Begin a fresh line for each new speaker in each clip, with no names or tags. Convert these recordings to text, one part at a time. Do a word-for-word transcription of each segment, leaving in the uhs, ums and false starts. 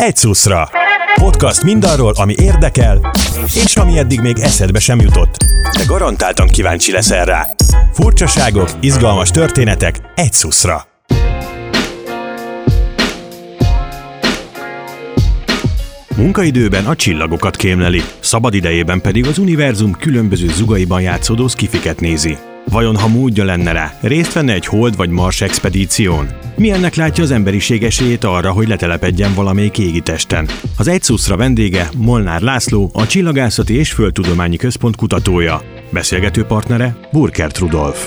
Egy szuszra! Podcast mindarról, ami érdekel, és ami eddig még eszedbe sem jutott. De garantáltan kíváncsi leszel rá. Furcsaságok, izgalmas történetek, egy szuszra! Munkaidőben a csillagokat kémleli, szabadidejében pedig az univerzum különböző zugaiban játszódó szkifiket nézi. Vajon ha módja lenne rá, részt venne egy hold vagy Mars expedíción? Milyennek látja az emberiség esélyét arra, hogy letelepedjen valamelyik égitesten? Az Egy szuszra vendége Molnár László, a Csillagászati és Földtudományi Központ kutatója. Beszélgető partnere Burkert Rudolf.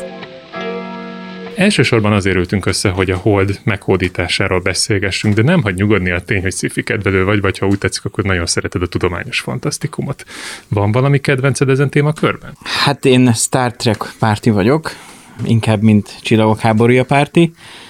Elsősorban azért ültünk össze, hogy a hold meghódításáról beszélgessünk, de nem hagy nyugodni a tény, hogy sci-fi kedvelő vagy, vagy ha úgy tetszik, akkor nagyon szereted a tudományos fantasztikumot. Van valami kedvenced ezen témakörben?
Hát én Star Trek párti vagyok, inkább mint Csillagok háborúja párti,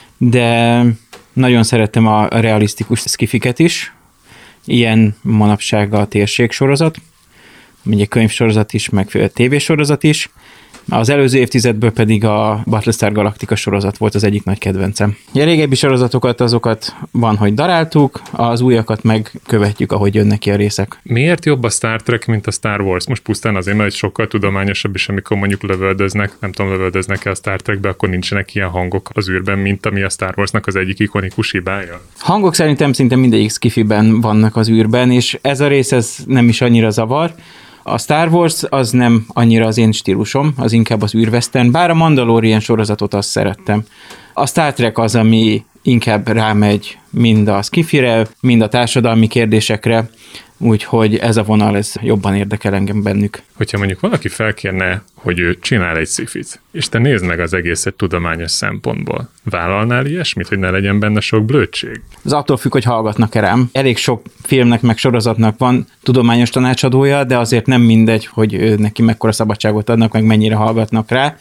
de nagyon szeretem a realisztikus sci-fiket is. Ilyen manapság a Térség sorozat, ugye könyvsorozat is, meg tévésorozat is. Az előző évtizedből pedig a Battlestar Galactica sorozat volt az egyik nagy kedvencem. A régebbi sorozatokat, azokat van, hogy daráltuk, az újakat meg követjük, ahogy jönnek ki a részek.
Miért jobb a Star Trek, mint a Star Wars? Most pusztán azért, mert sokkal tudományosabb is, amikor mondjuk lövöldöznek, nem tudom, lövöldöznek-e a Star Trekbe, akkor nincsenek ilyen hangok az űrben, mint ami a Star Warsnak az egyik ikonikus hibája.
Hangok szerintem szinte mindegyik sci-fiben vannak az űrben, és ez a rész ez nem is annyira zavar. A Star Wars az nem annyira az én stílusom, az inkább az űrwestern, bár a Mandalorian sorozatot azt szerettem. A Star Trek az, ami inkább rámegy mind a sci-fire, mind a társadalmi kérdésekre, úgyhogy ez a vonal ez jobban érdekel engem bennük.
Hogyha mondjuk valaki felkérne, hogy ő csinál egy sci-fit, és te nézd meg az egészet tudományos szempontból, vállalnál ilyesmit, hogy ne legyen benne sok blödség?
Az attól függ, hogy hallgatnak-e rám. Elég sok filmnek meg sorozatnak van tudományos tanácsadója, de azért nem mindegy, hogy neki mekkora szabadságot adnak, meg mennyire hallgatnak rá.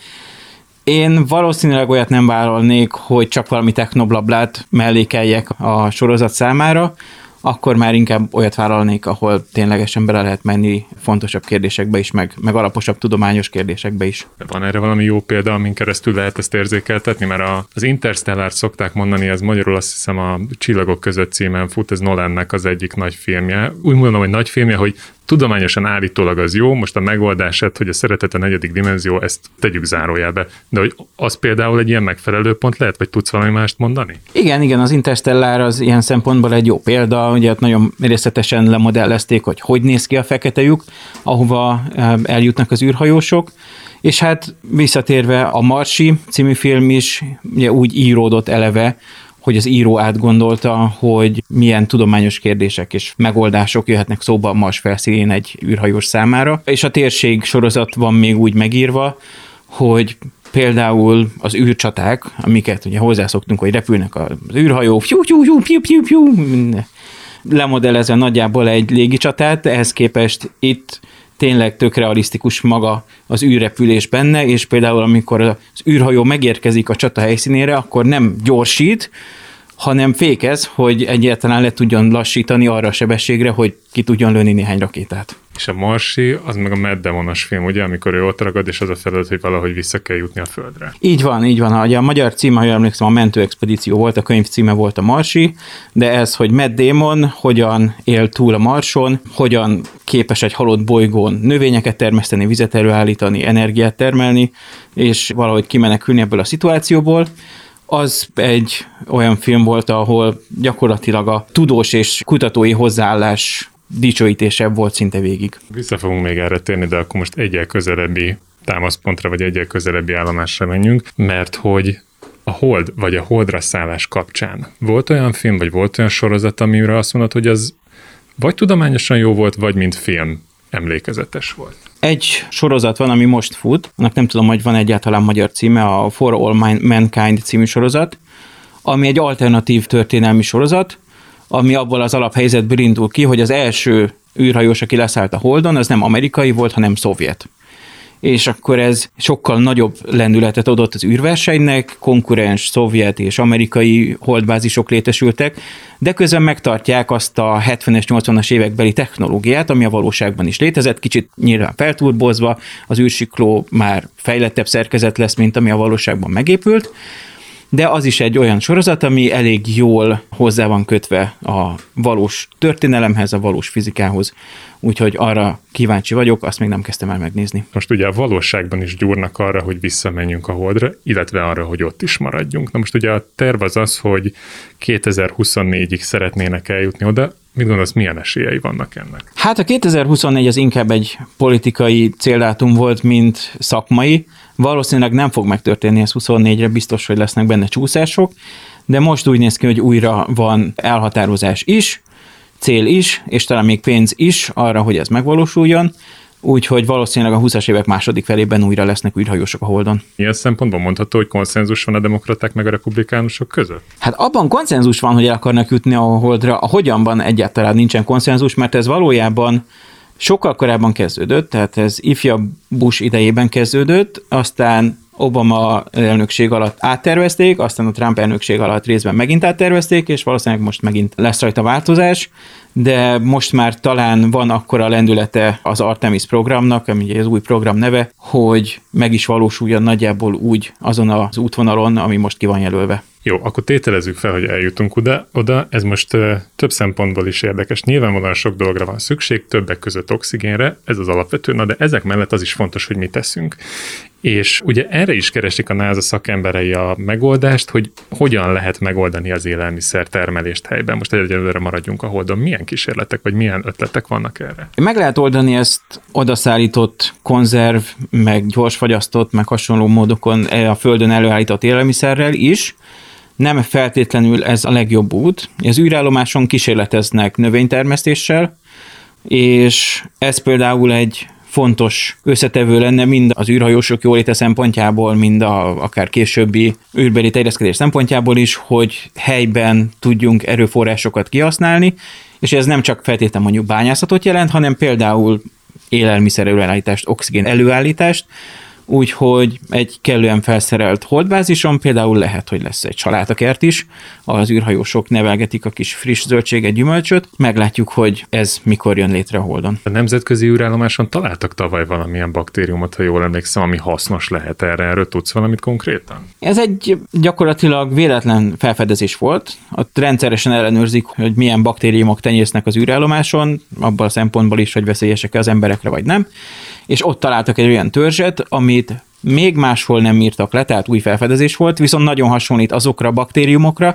Én valószínűleg olyat nem vállalnék, hogy csak valami technoblablát mellékeljek a sorozat számára, akkor már inkább olyat vállalnék, ahol ténylegesen bele lehet menni fontosabb kérdésekbe is, meg, meg alaposabb tudományos kérdésekbe is.
Van erre valami jó példa, amin keresztül lehet ezt érzékeltetni? Mert a, az Interstellar szokták mondani, ez magyarul azt hiszem a Csillagok között címen fut, ez Nolannek az egyik nagy filmje. Úgy mondom, hogy nagy filmje, hogy tudományosan állítólag az jó, most a megoldását, hogy a szeretet a negyedik dimenzió, ezt tegyük zárójelbe. De hogy az például egy ilyen megfelelő pont lehet, vagy tudsz valami mást mondani?
Igen, igen, az Interstellar az ilyen szempontból egy jó példa, ugye nagyon részletesen lemodellezték, hogy hogy néz ki a fekete lyuk, ahova eljutnak az űrhajósok, és hát visszatérve a Marsi című film is ugye úgy íródott eleve, hogy az író átgondolta, hogy milyen tudományos kérdések és megoldások jöhetnek szóba a Mars felszínén egy űrhajós számára. És a Térség sorozat van még úgy megírva, hogy például az űrcsaták, amiket ugye hozzászoktunk, hogy repülnek az űrhajó, fiú, fiú, fiú, fiú, fiú, fiú, lemodellezve nagyjából egy légicsatát, ehhez képest itt tényleg tök realisztikus maga az űrrepülés benne, és például amikor az űrhajó megérkezik a csata helyszínére, akkor nem gyorsít, hanem fékez, hogy egyáltalán le tudjon lassítani arra a sebességre, hogy ki tudjon lőni néhány rakétát.
És a Marsi, az meg a Matt Damon-os film, ugye, amikor ő ott ragad, és az a feladat, hogy valahogy vissza kell jutni a Földre.
Így van, így van. Ugye a magyar címe, ha jól emlékszem, a Mentő expedíció volt, a könyv címe volt a Marsi, de ez, hogy Matt Damon hogyan él túl a Marson, hogyan képes egy halott bolygón növényeket termeszteni, vizet előállítani, energiát termelni, és valahogy kimenekülni ebből a szituációból. Az egy olyan film volt, ahol gyakorlatilag a tudós és kutatói hozzáállás dicsőítésebb volt szinte végig.
Vissza fogunk még erre térni, de akkor most egyel közelebbi támaszpontra, vagy egyel közelebbi állomásra menjünk, mert hogy a Hold, vagy a Holdra szállás kapcsán volt olyan film, vagy volt olyan sorozat, amire azt mondod, hogy az vagy tudományosan jó volt, vagy mint film emlékezetes volt?
Egy sorozat van, ami most fut, annak nem tudom, hogy van egyáltalán magyar címe, a For All Mankind című sorozat, ami egy alternatív történelmi sorozat, ami abból az alaphelyzetből indul ki, hogy az első űrhajós, aki leszállt a Holdon, az nem amerikai volt, hanem szovjet. És akkor ez sokkal nagyobb lendületet adott az űrversenynek, konkurens szovjet és amerikai holdbázisok létesültek, de közben megtartják azt a hetvenes, nyolcvanas évekbeli technológiát, ami a valóságban is létezett, kicsit nyilván felturbozva, az űrsikló már fejlettebb szerkezet lesz, mint ami a valóságban megépült, de az is egy olyan sorozat, ami elég jól hozzá van kötve a valós történelemhez, a valós fizikához, úgyhogy arra kíváncsi vagyok, azt még nem kezdtem el megnézni.
Most ugye a valóságban is gyúrnak arra, hogy visszamenjünk a Holdra, illetve arra, hogy ott is maradjunk. Na most ugye a terv az az, hogy kétezer-huszonnégyig szeretnének eljutni oda. Mit gondolsz, milyen esélyei vannak ennek?
Hát a kétezer-huszonnégy az inkább egy politikai céldátum volt, mint szakmai. Valószínűleg nem fog megtörténni ez huszonnégyre, biztos, hogy lesznek benne csúszások, de most úgy néz ki, hogy újra van elhatározás is, cél is, és talán még pénz is arra, hogy ez megvalósuljon, úgyhogy valószínűleg a húszas évek második felében újra lesznek űrhajósok a Holdon.
Ilyen szempontból mondható, hogy konszenzus van a demokraták meg a republikánusok között?
Hát abban konszenzus van, hogy el akarnak jutni a Holdra, a hogyanban egyáltalán nincsen konszenzus, mert ez valójában sokkal korábban kezdődött, tehát ez ifjabb Bush idejében kezdődött, aztán Obama elnökség alatt áttervezték, aztán a Trump elnökség alatt részben megint áttervezték, és valószínűleg most megint lesz rajta változás, de most már talán van akkora lendülete az Artemis programnak, ami az új program neve, hogy meg is valósuljon nagyjából úgy azon az útvonalon, ami most ki van jelölve.
Jó, akkor tételezzük fel, hogy eljutunk oda, oda. Ez most uh, több szempontból is érdekes. Nyilvánvalóan sok dologra van szükség, többek között oxigénre, ez az alapvető, na de ezek mellett az is fontos, hogy mit teszünk. És ugye erre is keresik a NASA szakemberei a megoldást, hogy hogyan lehet megoldani az élelmiszer termelést helyben. Most egyelőre maradjunk a Holdon. Milyen kísérletek, vagy milyen ötletek vannak erre?
Meg lehet oldani ezt odaszállított konzerv, meg gyorsfagyasztott, meg hasonló módokon a Földön előállított élelmiszerrel is. Nem feltétlenül ez a legjobb út. Az űrállomáson kísérleteznek növénytermesztéssel, és ez például egy fontos összetevő lenne mind az űrhajósok jóléte szempontjából, mind a, akár későbbi űrbeli terjeszkedés szempontjából is, hogy helyben tudjunk erőforrásokat kihasználni, és ez nem csak feltétlenül mondjuk bányászatot jelent, hanem például élelmiszer előállítást, oxigén előállítást, úgyhogy egy kellően felszerelt holdbázison például lehet, hogy lesz egy salátakert is, az űrhajósok nevelgetik a kis friss zöldséget, gyümölcsöt, meglátjuk, hogy ez mikor jön létre a Holdon.
A nemzetközi űrállomáson találtak tavaly valamilyen baktériumot, ha jól emlékszem, ami hasznos lehet erre, erről tudsz valamit konkrétan?
Ez egy gyakorlatilag véletlen felfedezés volt. Ott rendszeresen ellenőrzik, hogy milyen baktériumok tenyésznek az űrállomáson, abban a szempontból is, hogy veszélyesek az emberekre vagy nem, és ott találtak egy olyan törzset, amit még máshol nem írtak le, tehát új felfedezés volt, viszont nagyon hasonlít azokra a baktériumokra,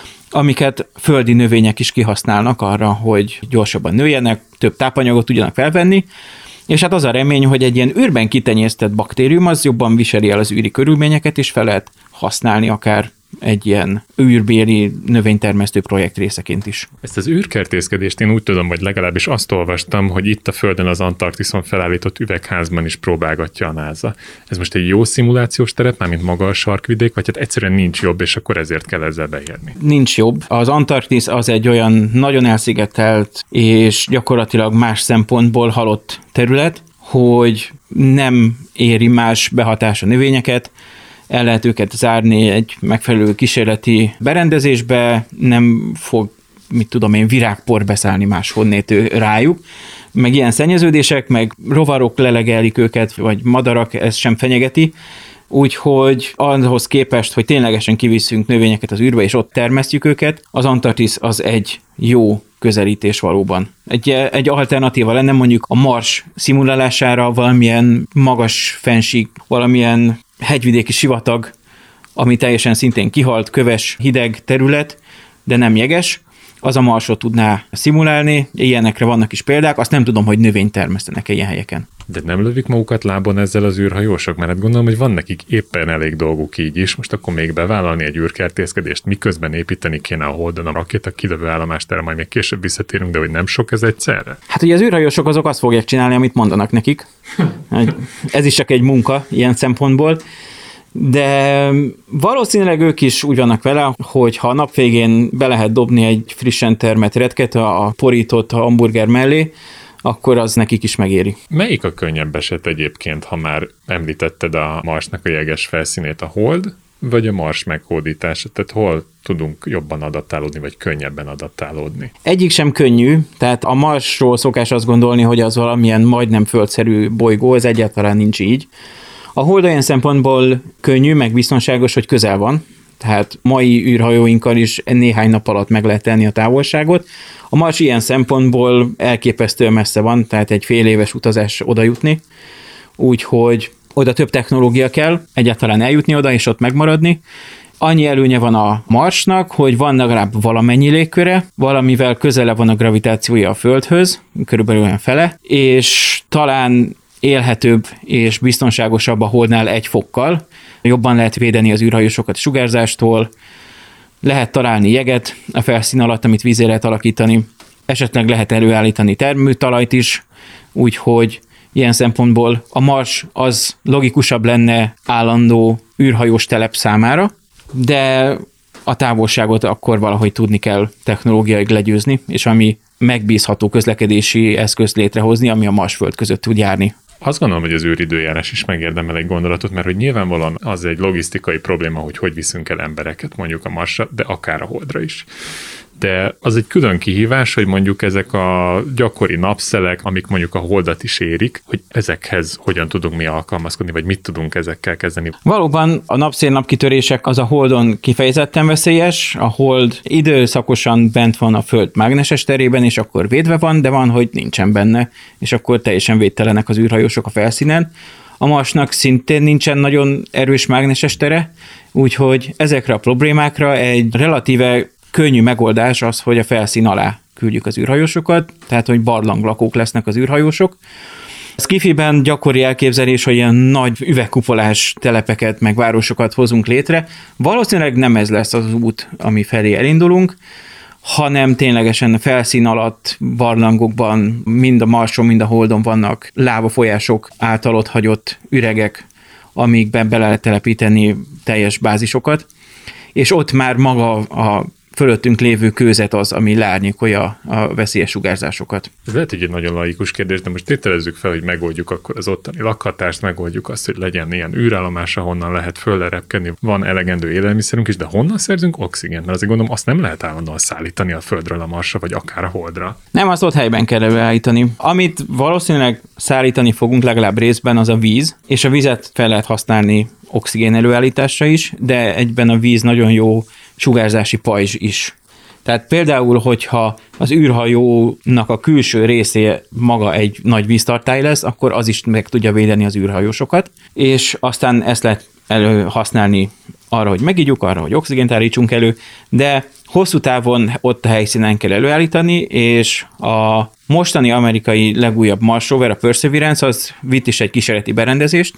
amiket földi növények is kihasználnak arra, hogy gyorsabban nőjenek, több tápanyagot tudjanak felvenni, és hát az a remény, hogy egy ilyen űrben kitenyésztett baktérium az jobban viseli el az űri körülményeket, és fel lehet használni akár egy ilyen űrbéli növénytermesztő projekt részeként is.
Ezt az űrkertészkedést én úgy tudom, vagy legalábbis azt olvastam, hogy itt a Földön az Antarktiszon felállított üvegházban is próbálgatja a NASA. Ez most egy jó szimulációs terep, mármint maga a sarkvidék, vagy hát egyszerűen nincs jobb, és akkor ezért kell ezzel beérni?
Nincs jobb. Az Antarktisz az egy olyan nagyon elszigetelt és gyakorlatilag más szempontból halott terület, hogy nem éri más behatás a növényeket, el lehet őket zárni egy megfelelő kísérleti berendezésbe, nem fog, mit tudom én, virágpor beszállni máshonnét rájuk, meg ilyen szennyeződések, meg rovarok lelegelik őket, vagy madarak, ez sem fenyegeti, úgyhogy ahhoz képest, hogy ténylegesen kivisszünk növényeket az űrbe, és ott termesztjük őket, az Antarktisz az egy jó közelítés valóban. Egy, egy alternatíva lenne mondjuk a Mars szimulálására valamilyen magas fennsík, valamilyen hegyvidéki sivatag, ami teljesen szintén kihalt, köves, hideg terület, de nem jeges, az a Marsot tudná szimulálni, ilyenekre vannak is példák, azt nem tudom, hogy növényt termesztenek ilyen helyeken.
De nem lövik magukat lábon ezzel az űrhajósok? Mert hát gondolom, hogy van nekik éppen elég dolguk így is, most akkor még bevállalni egy űrkertészkedést, miközben építeni kéne a Holdon a rakéta kilövő állomást, erre majd még később visszatérünk, de hogy nem sok ez egyszerre? Hát
ugye az űrhajósok azok azt fogják csinálni, amit mondanak nekik. Ez is csak egy munka ilyen szempontból. De valószínűleg ők is úgy vannak vele, hogy ha a nap végén be lehet dobni egy frissen termett retket a porított hamburger mellé, akkor az nekik is megéri.
Melyik a könnyebb eset egyébként, ha már említetted a Marsnak a jeges felszínét, a Hold, vagy a Mars meghódítása? Tehát hol tudunk jobban adaptálódni, vagy könnyebben adaptálódni?
Egyik sem könnyű, tehát a Marsról szokás azt gondolni, hogy az valamilyen majdnem földszerű bolygó, ez egyáltalán nincs így. A Hold olyan szempontból könnyű, meg biztonságos, hogy közel van, tehát mai űrhajóinkkal is néhány nap alatt meg lehet tenni a távolságot. A Mars ilyen szempontból elképesztően messze van, tehát egy fél éves utazás oda jutni, úgyhogy oda több technológia kell, egyáltalán eljutni oda és ott megmaradni. Annyi előnye van a Marsnak, hogy van legalább valamennyi légköre, valamivel közele van a gravitációja a Földhöz, körülbelül olyan fele, és talán élhetőbb és biztonságosabb a Holdnál egy fokkal. Jobban lehet védeni az űrhajósokat sugárzástól, lehet találni jeget a felszín alatt, amit vízé lehet alakítani, esetleg lehet előállítani termőtalajt is, úgyhogy ilyen szempontból a Mars az logikusabb lenne állandó űrhajós telep számára, de a távolságot akkor valahogy tudni kell technológiailag legyőzni, és ami megbízható közlekedési eszközt létrehozni, ami a Mars-Föld között tud járni.
Azt gondolom, hogy az űridőjárás is megérdemel egy gondolatot, mert hogy nyilvánvalóan az egy logisztikai probléma, hogy hogy viszünk el embereket mondjuk a Marsra, de akár a Holdra is. De az egy külön kihívás, hogy mondjuk ezek a gyakori napszelek, amik mondjuk a Holdat is érik, hogy ezekhez hogyan tudunk mi alkalmazkodni, vagy mit tudunk ezekkel kezdeni.
Valóban a napszél-napkitörések az a Holdon kifejezetten veszélyes, a Hold időszakosan bent van a Föld mágneses terében, és akkor védve van, de van, hogy nincsen benne, és akkor teljesen védtelenek az űrhajósok a felszínen. A Marsnak szintén nincsen nagyon erős mágneses tere, úgyhogy ezekre a problémákra egy relatíve könnyű megoldás az, hogy a felszín alá küldjük az űrhajósokat, tehát hogy barlanglakók lesznek az űrhajósok. Skifiben gyakori elképzelés, hogy ilyen nagy üvegkupolás telepeket, meg városokat hozunk létre. Valószínűleg nem ez lesz az út, ami felé elindulunk, hanem ténylegesen a felszín alatt barlangokban, mind a Marson, mind a Holdon vannak lávafolyások által ott hagyott üregek, amikben bele lehet telepíteni teljes bázisokat, és ott már maga a fölöttünk lévő kőzet az, ami leárnyékolja a veszélyes sugárzásokat.
Ez lehet, hogy egy nagyon laikus kérdés, de most tételezzük fel, hogy megoldjuk akkor az ottani lakhatást, megoldjuk azt, hogy legyen ilyen űrállomás, ahonnan lehet föllerepkedni, van elegendő élelmiszerünk is, de honnan szerzünk oxigént? Mert azért gondolom, azt nem lehet állandóan szállítani a Földről a Marsra, vagy akár a Holdra.
Nem, azt ott helyben kell előállítani. Amit valószínűleg szállítani fogunk legalább részben, az a víz, és a vizet fel lehet használni oxigén előállításra is, de egyben a víz nagyon jó sugárzási pajzs is. Tehát például, hogyha az űrhajónak a külső részé maga egy nagy víztartály lesz, akkor az is meg tudja védeni az űrhajósokat, és aztán ezt lehet elő használni arra, hogy megígyuk, arra, hogy oxigént állítsunk elő, de hosszú távon ott a helyszínen kell előállítani, és a mostani amerikai legújabb Mars rover, a Perseverance, az vitt is egy kísérleti berendezést,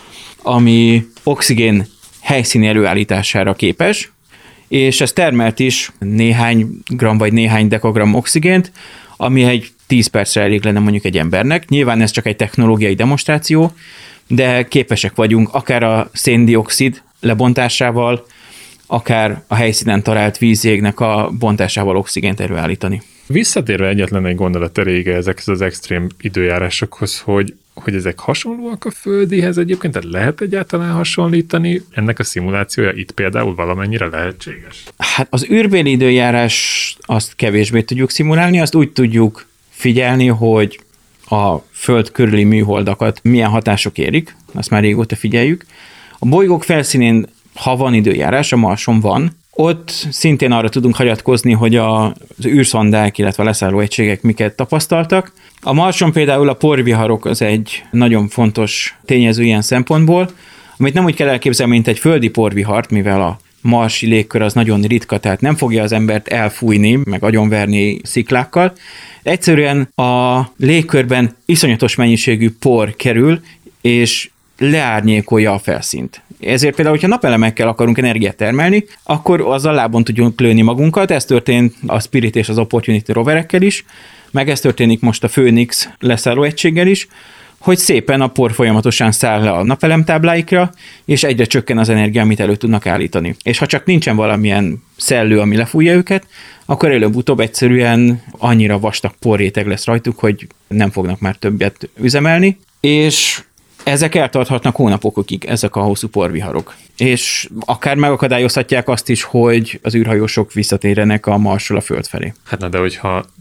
ami oxigén helyszíni előállítására képes, és ez termelt is néhány gram vagy néhány dekagram oxigént, ami egy tíz percre elég lenne mondjuk egy embernek. Nyilván ez csak egy technológiai demonstráció, de képesek vagyunk akár a széndioxid lebontásával, akár a helyszínen talált vízjégnek a bontásával oxigént előállítani.
Visszatérve egyetlen egy gondolat erejéig ezekhez az extrém időjárásokhoz, hogy hogy ezek hasonlóak a földihez egyébként, tehát lehet egyáltalán hasonlítani? Ennek a szimulációja itt például valamennyire lehetséges?
Hát az űrbéli időjárás azt kevésbé tudjuk szimulálni, azt úgy tudjuk figyelni, hogy a Föld körüli műholdakat milyen hatások érik, azt már régóta figyeljük. A bolygók felszínén, ha van időjárás, a Marson van, ott szintén arra tudunk hagyatkozni, hogy az űrszondák, illetve a leszálló egységek miket tapasztaltak. A Marson például a porviharok az egy nagyon fontos tényező ilyen szempontból, amit nem úgy kell elképzelni, mint egy földi porvihart, mivel a marsi légkör az nagyon ritka, tehát nem fogja az embert elfújni, meg agyonverni sziklákkal. Egyszerűen a légkörben iszonyatos mennyiségű por kerül, és leárnyékolja a felszínt. Ezért például, hogyha napelemekkel akarunk energiát termelni, akkor azzal lábon tudjunk lőni magunkat. Ez történt a Spirit és az Opportunity roverekkel is, meg ez történik most a Phoenix leszálló egységgel is, hogy szépen a por folyamatosan száll le a napelemtábláikra, és egyre csökken az energia, amit elő tudnak állítani. És ha csak nincsen valamilyen szellő, ami lefújja őket, akkor előbb-utóbb egyszerűen annyira vastag porréteg lesz rajtuk, hogy nem fognak már többet üzemelni, és ezek eltarthatnak hónapokig, ezek a hosszú porviharok. És akár megakadályozhatják azt is, hogy az űrhajósok visszatérjenek a Marsról a Föld felé.
Hát na, de hogyha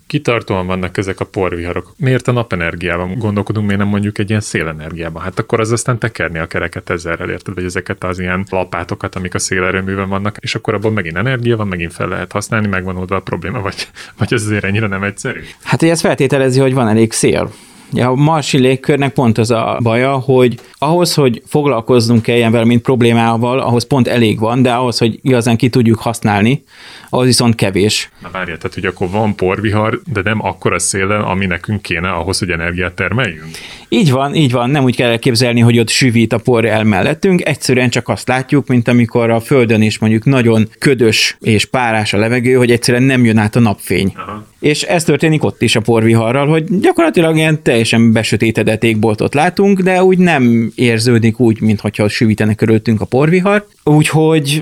kitartóan vannak ezek a porviharok. Miért a napenergiában gondolkodunk, miért nem mondjuk egy ilyen szélenergiában? Hát akkor az aztán tekerni a kereket ezerrel, érted, vagy ezeket az ilyen lapátokat, amik a szélerőműben vannak, és akkor abban megint energia van, megint fel lehet használni, megvan oldva a probléma, vagy, vagy ez azért ennyire nem egyszerű?
Hát, hogy ez feltételezi, hogy van elég szél. Ja, a marsi légkörnek pont az a baja, hogy ahhoz, hogy foglalkozzunk kelljen vele, mint problémával, ahhoz pont elég van, de ahhoz, hogy igazán ki tudjuk használni, ahhoz viszont kevés.
Na várjál, tehát hogy akkor van porvihar, de nem akkora széllel, ami nekünk kéne ahhoz, hogy energiát termeljünk?
Így van, így van, nem úgy kell elképzelni, hogy ott süvít a por el mellettünk, egyszerűen csak azt látjuk, mint amikor a Földön is mondjuk nagyon ködös és párás a levegő, hogy egyszerűen nem jön át a napfény. Aha. És ez történik ott is a porviharral, hogy gyakorlatilag ilyen teljesen besötétedett égboltot látunk, de úgy nem érződik úgy, mintha süvítene körülöttünk a porvihar. Úgyhogy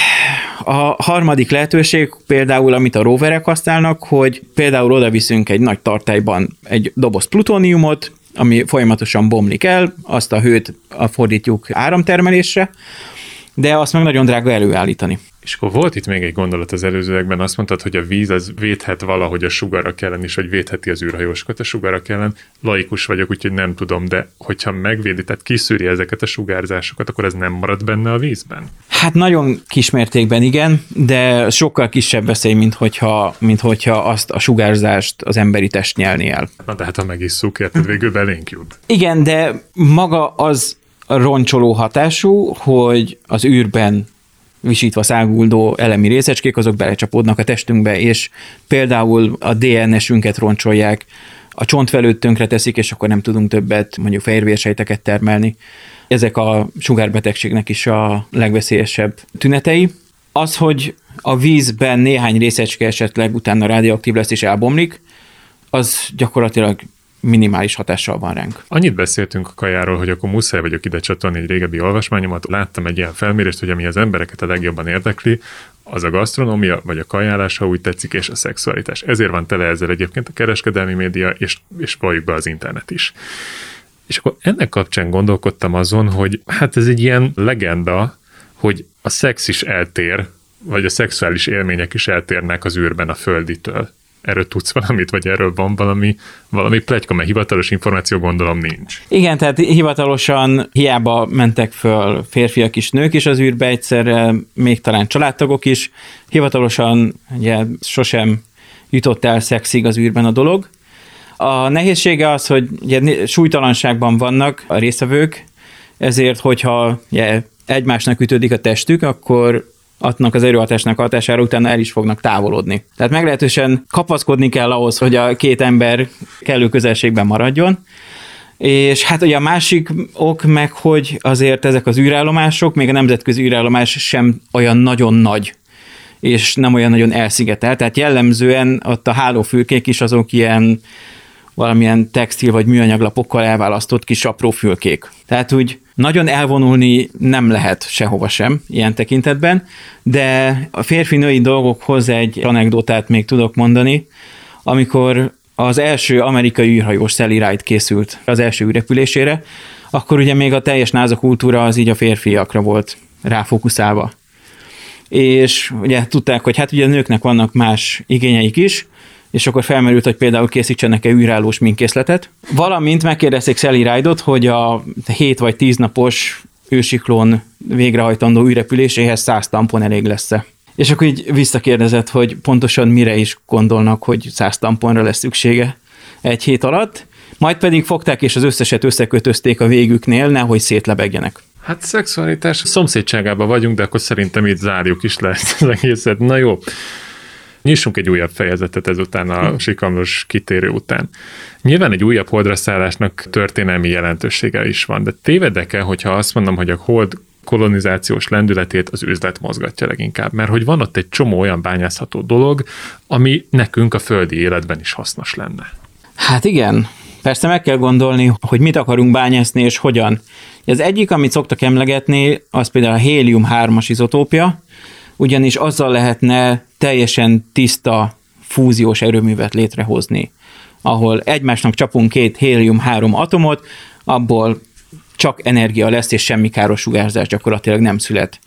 a harmadik lehetőség például, amit a roverek használnak, hogy például oda viszünk egy nagy tartályban egy doboz plutóniumot, ami folyamatosan bomlik el, azt a hőt fordítjuk áramtermelésre, de azt meg nagyon drága előállítani.
És akkor volt itt még egy gondolat az előzőekben, azt mondtad, hogy a víz az védhet valahogy a sugarak ellen is, vagy védheti az űrhajósokat a sugarak ellen. Laikus vagyok, úgyhogy nem tudom, de hogyha megvédi, tehát kiszűri ezeket a sugárzásokat, akkor ez nem marad benne a vízben?
Hát nagyon kismértékben igen, de sokkal kisebb veszély, mint hogyha, mint hogyha azt a sugárzást az emberi test nyelni el.
Na de hát ha megisszuk, érted, végül belénk jut.
Igen, de maga az roncsoló hatású, hogy az űrben visítva száguldó elemi részecskék, azok belecsapódnak a testünkbe, és például a dé en es-ünket roncsolják, a csontvelőt tönkre teszik, és akkor nem tudunk többet mondjuk fehérvérsejteket termelni. Ezek a sugárbetegségnek is a legveszélyesebb tünetei. Az, hogy a vízben néhány részecske esetleg utána radioaktív lesz és elbomlik, az gyakorlatilag minimális hatással van ránk.
Annyit beszéltünk a kajáról, hogy akkor muszáj vagyok ide csatolni egy régebbi olvasmányomat. Láttam egy ilyen felmérést, hogy ami az embereket a legjobban érdekli, az a gasztronómia, vagy a kajálás, ha úgy tetszik, és a szexualitás. Ezért van tele ezzel egyébként a kereskedelmi média, és, és valljuk be az internet is. És akkor ennek kapcsán gondolkodtam azon, hogy hát ez egy ilyen legenda, hogy a szex is eltér, vagy a szexuális élmények is eltérnek az űrben a földitől. Erről tudsz valamit, vagy erről van valami, valami pletyka, mert hivatalos információ gondolom nincs.
Igen, tehát hivatalosan hiába mentek föl férfiak is, nők is az űrbe egyszerre, még talán családtagok is. Hivatalosan ugye sosem jutott el szexig az űrben a dolog. A nehézsége az, hogy ugye súlytalanságban vannak a résztvevők, ezért, hogyha ugye, egymásnak ütődik a testük, akkor adnak az erőhatásnak hatására, utána el is fognak távolodni. Tehát meglehetősen kapaszkodni kell ahhoz, hogy a két ember kellő közelségben maradjon. És hát ugye a másik ok meg, hogy azért ezek az űrállomások, még a nemzetközi űrállomás sem olyan nagyon nagy, és nem olyan nagyon elszigetelt. Tehát jellemzően ott a hálófülkék is azok ilyen valamilyen textil vagy műanyaglapokkal elválasztott kis apró fülkék. Tehát úgy nagyon elvonulni nem lehet sehova sem ilyen tekintetben, de a férfi-női dolgokhoz egy anekdotát még tudok mondani, amikor az első amerikai űrhajós Sally Ride készült az első űrrepülésére, akkor ugye még a teljes NASA kultúra az így a férfiakra volt ráfókuszálva. És ugye tudták, hogy hát ugye a nőknek vannak más igényeik is, és akkor felmerült, hogy például készítsenek-e űrállós minkészletet. Valamint megkérdezték Sally Ride-ot, hogy a hét vagy tíz napos ősiklón végrehajtandó űrrepüléséhez száz tampon elég lesz-e. És akkor így visszakérdezett, hogy pontosan mire is gondolnak, hogy száz tamponra lesz szüksége egy hét alatt, majd pedig fogták és az összeset összekötözték a végüknél, nehogy szétlebegjenek.
Hát szexualitás szomszédságában vagyunk, de akkor szerintem itt zárjuk is le ezt az egészet. Na jó. Nyissunk egy újabb fejezetet ezután a sikamlós kitérő után. Nyilván egy újabb holdra szállásnak történelmi jelentősége is van, de tévedek-e, hogyha azt mondom, hogy a hold kolonizációs lendületét az üzlet mozgatja leginkább, mert hogy van ott egy csomó olyan bányászható dolog, ami nekünk a földi életben is hasznos lenne.
Hát igen, persze meg kell gondolni, hogy mit akarunk bányászni és hogyan. Az egyik, amit szoktak emlegetni, az például a hélium hármas izotópia, ugyanis azzal lehetne teljesen tiszta fúziós erőművet létrehozni, ahol egymásnak csapunk két hélium három atomot, abból csak energia lesz, és semmi káros sugárzás gyakorlatilag nem szület.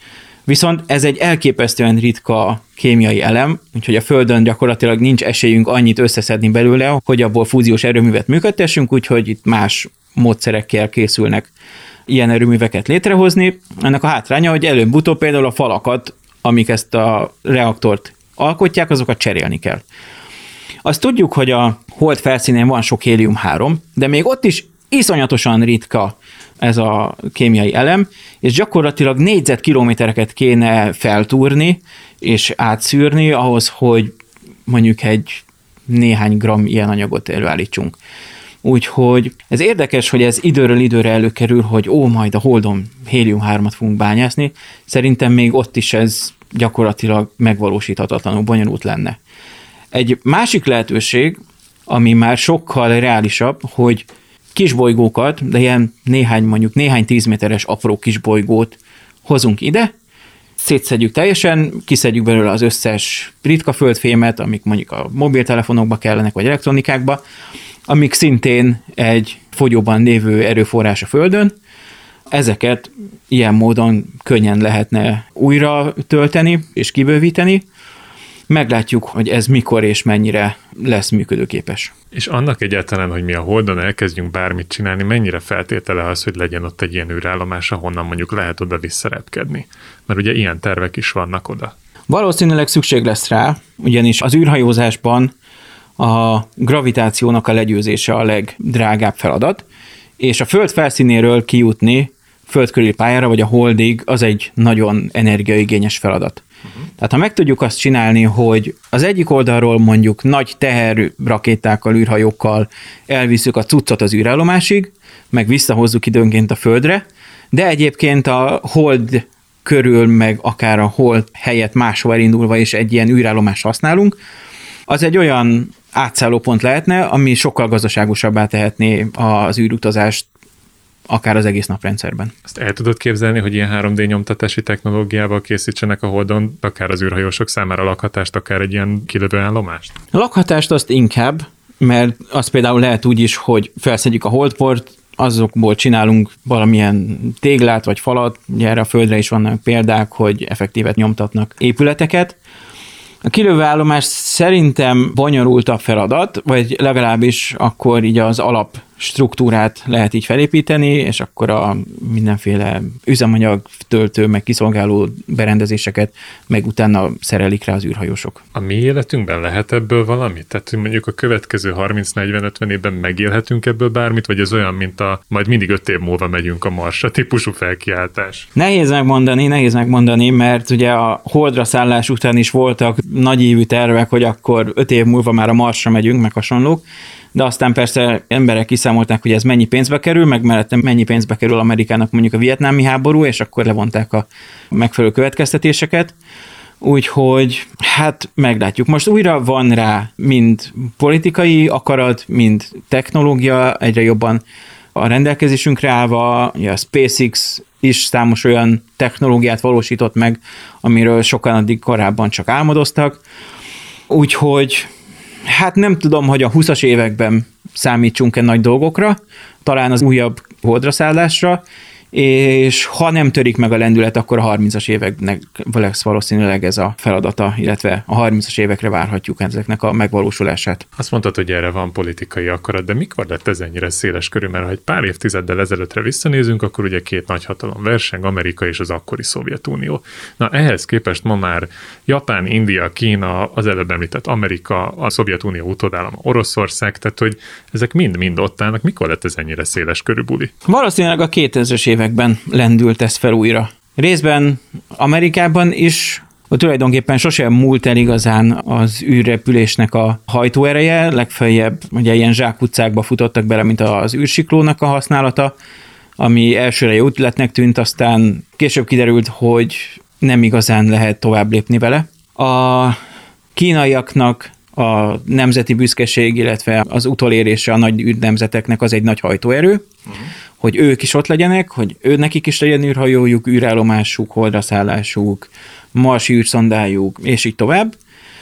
Viszont ez egy elképesztően ritka kémiai elem, úgyhogy a Földön gyakorlatilag nincs esélyünk annyit összeszedni belőle, hogy abból fúziós erőművet működtessünk, úgyhogy itt más módszerekkel készülnek ilyen erőműveket létrehozni. Ennek a hátránya, hogy előbb-utóbb például a falakat, amik ezt a reaktort alkotják, azokat cserélni kell. Azt tudjuk, hogy a Hold felszínén van sok hélium három, de még ott is iszonyatosan ritka ez a kémiai elem, és gyakorlatilag négyzetkilométereket kéne feltúrni és átszűrni ahhoz, hogy mondjuk egy néhány gram ilyen anyagot előállítsunk. Úgyhogy ez érdekes, hogy ez időről időre előkerül, hogy ó, majd a Holdon hélium hármat fogunk bányászni. Szerintem még ott is ez gyakorlatilag megvalósíthatatlanul bonyolult lenne. Egy másik lehetőség, ami már sokkal reálisabb, hogy kisbolygókat, de ilyen néhány, mondjuk néhány tízméteres apró kisbolygót hozunk ide, szétszedjük teljesen, kiszedjük belőle az összes ritka földfémet, amik mondjuk a mobiltelefonokba kellenek, vagy elektronikákba, amik szintén egy fogyóban lévő erőforrás a Földön. Ezeket ilyen módon könnyen lehetne újra tölteni és kibővíteni. Meglátjuk, hogy ez mikor és mennyire lesz működőképes.
És annak egyáltalán, hogy mi a Holdon elkezdjünk bármit csinálni, mennyire feltétele az, hogy legyen ott egy ilyen űrállomás, ahonnan mondjuk lehet oda visszarepkedni? Mert ugye ilyen tervek is vannak oda.
Valószínűleg szükség lesz rá, ugyanis az űrhajózásban a gravitációnak a legyőzése a legdrágább feladat, és a Föld felszínéről kijutni Föld körüli pályára, vagy a Holdig, az egy nagyon energiaigényes feladat. Uh-huh. Tehát ha meg tudjuk azt csinálni, hogy az egyik oldalról mondjuk nagy teherrakétákkal, űrhajókkal elviszük a cuccot az űrállomásig, meg visszahozzuk időnként a Földre, de egyébként a Hold körül, meg akár a Hold helyett máshol elindulva is egy ilyen űrállomást használunk, az egy olyan átszállópont lehetne, ami sokkal gazdaságosabbá tehetné az űrutazást akár az egész naprendszerben.
Azt el tudod képzelni, hogy ilyen három dé nyomtatási technológiával készítsenek a Holdon, akár az űrhajósok számára lakhatást, akár egy ilyen kilövő állomást?
A lakhatást azt inkább, mert az például lehet úgy is, hogy felszedjük a Holdport, azokból csinálunk valamilyen téglát vagy falat, ugye erre a Földre is vannak példák, hogy effektívet nyomtatnak épületeket. A kilövő állomás szerintem bonyolultabb feladat, vagy legalábbis akkor így az alap struktúrát lehet így felépíteni, és akkor a mindenféle üzemanyag töltő, meg kiszolgáló berendezéseket, meg utána szerelik rá az űrhajósok.
A mi életünkben lehet ebből valamit? Tehát mondjuk a következő harminc-negyven-ötven évben megélhetünk ebből bármit, vagy ez olyan, mint a majd mindig öt év múlva megyünk a Marsra típusú felkiáltás?
Nehéz megmondani, nehéz megmondani, mert ugye a Holdra szállás után is voltak nagyívű tervek, hogy akkor öt év múlva már a Marsra megyünk, meg hasonlók, de aztán persze emberek kiszámolták, hogy ez mennyi pénzbe kerül, meg mellette mennyi pénzbe kerül Amerikának mondjuk a vietnámi háború, és akkor levonták a megfelelő következtetéseket. Úgyhogy hát meglátjuk. Most újra van rá mind politikai akarat, mind technológia egyre jobban a rendelkezésünkre állva. A SpaceX is számos olyan technológiát valósított meg, amiről sokan addig korábban csak álmodoztak. Úgyhogy hát nem tudom, hogy a húszas években számítsunk-e nagy dolgokra, talán az újabb Holdra szállásra, és ha nem törik meg a lendület, akkor a harmincas éveknek lesz valószínűleg ez a feladata, illetve a harmincas évekre várhatjuk ezeknek a megvalósulását.
Azt mondtad, hogy erre van politikai akarat, de mikor lett ez ennyire széles körül? Mert ha egy pár évtizeddel ezelőttre visszanézünk, akkor ugye két nagyhatalom verseng, Amerika és az akkori Szovjetunió. Na ehhez képest ma már Japán, India, Kína, az előbb említett Amerika, a Szovjetunió utódállam, Oroszország, tehát hogy ezek mind-mind ott állnak. Mikor lett ez ennyire széles körű buli?
Valószínűleg a kétezres években lendült ez fel újra. Részben Amerikában is tulajdonképpen sosem múlt el igazán az űrrepülésnek a hajtóereje, legfeljebb ugye ilyen zsákutcákba futottak bele, mint az űrsiklónak a használata, ami elsőre jó ötletnek tűnt, aztán később kiderült, hogy nem igazán lehet tovább lépni vele. A kínaiaknak a nemzeti büszkeség, illetve az utolérése a nagy űrnemzeteknek az egy nagy hajtóerő, uh-huh. hogy ők is ott legyenek, hogy ő nekik is legyen űrhajójuk, űrállomásuk, holdra szállásuk, marsi űrszondájuk, és így tovább.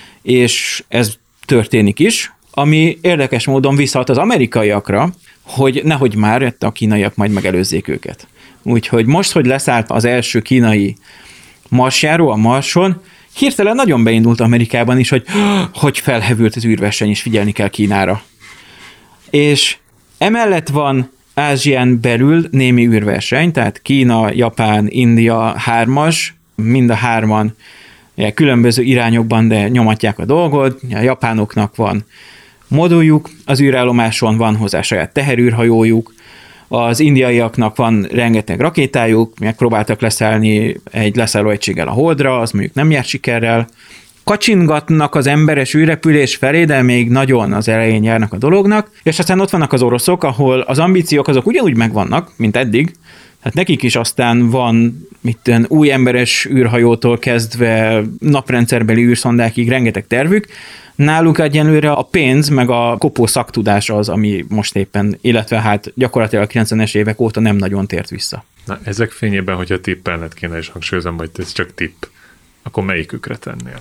És ez történik is, ami érdekes módon visszahat az amerikaiakra, hogy nehogy már a kínaiak majd megelőzzék őket. Úgyhogy most, hogy leszállt az első kínai marsjáró a Marson, hirtelen nagyon beindult Amerikában is, hogy hogy felhevült az űrverseny, és figyelni kell Kínára. És emellett van Ázsián belül némi űrverseny, tehát Kína, Japán, India hármas, mind a hárman különböző irányokban, de nyomatják a dolgot. A japánoknak van moduljuk, az űrállomáson van hozzá saját teherűrhajójuk, az indiaiaknak van rengeteg rakétájuk, megpróbáltak leszállni egy leszálló egységgel a Holdra, az mondjuk nem járt sikerrel. Kacsingatnak az emberes űrrepülés felé, de még nagyon az elején járnak a dolognak, és aztán ott vannak az oroszok, ahol az ambíciók azok ugyanúgy megvannak, mint eddig, hát nekik is aztán van mit új emberes űrhajótól kezdve naprendszerbeli űrszondákig rengeteg tervük. Náluk egyenlőre a pénz, meg a kopó szaktudás az, ami most éppen, illetve hát gyakorlatilag a kilencvenes évek óta nem nagyon tért vissza.
Na, ezek fényében, hogyha tippelned kéne, és hangsúlyozom, hogy ez csak tipp, akkor melyikükre tennél?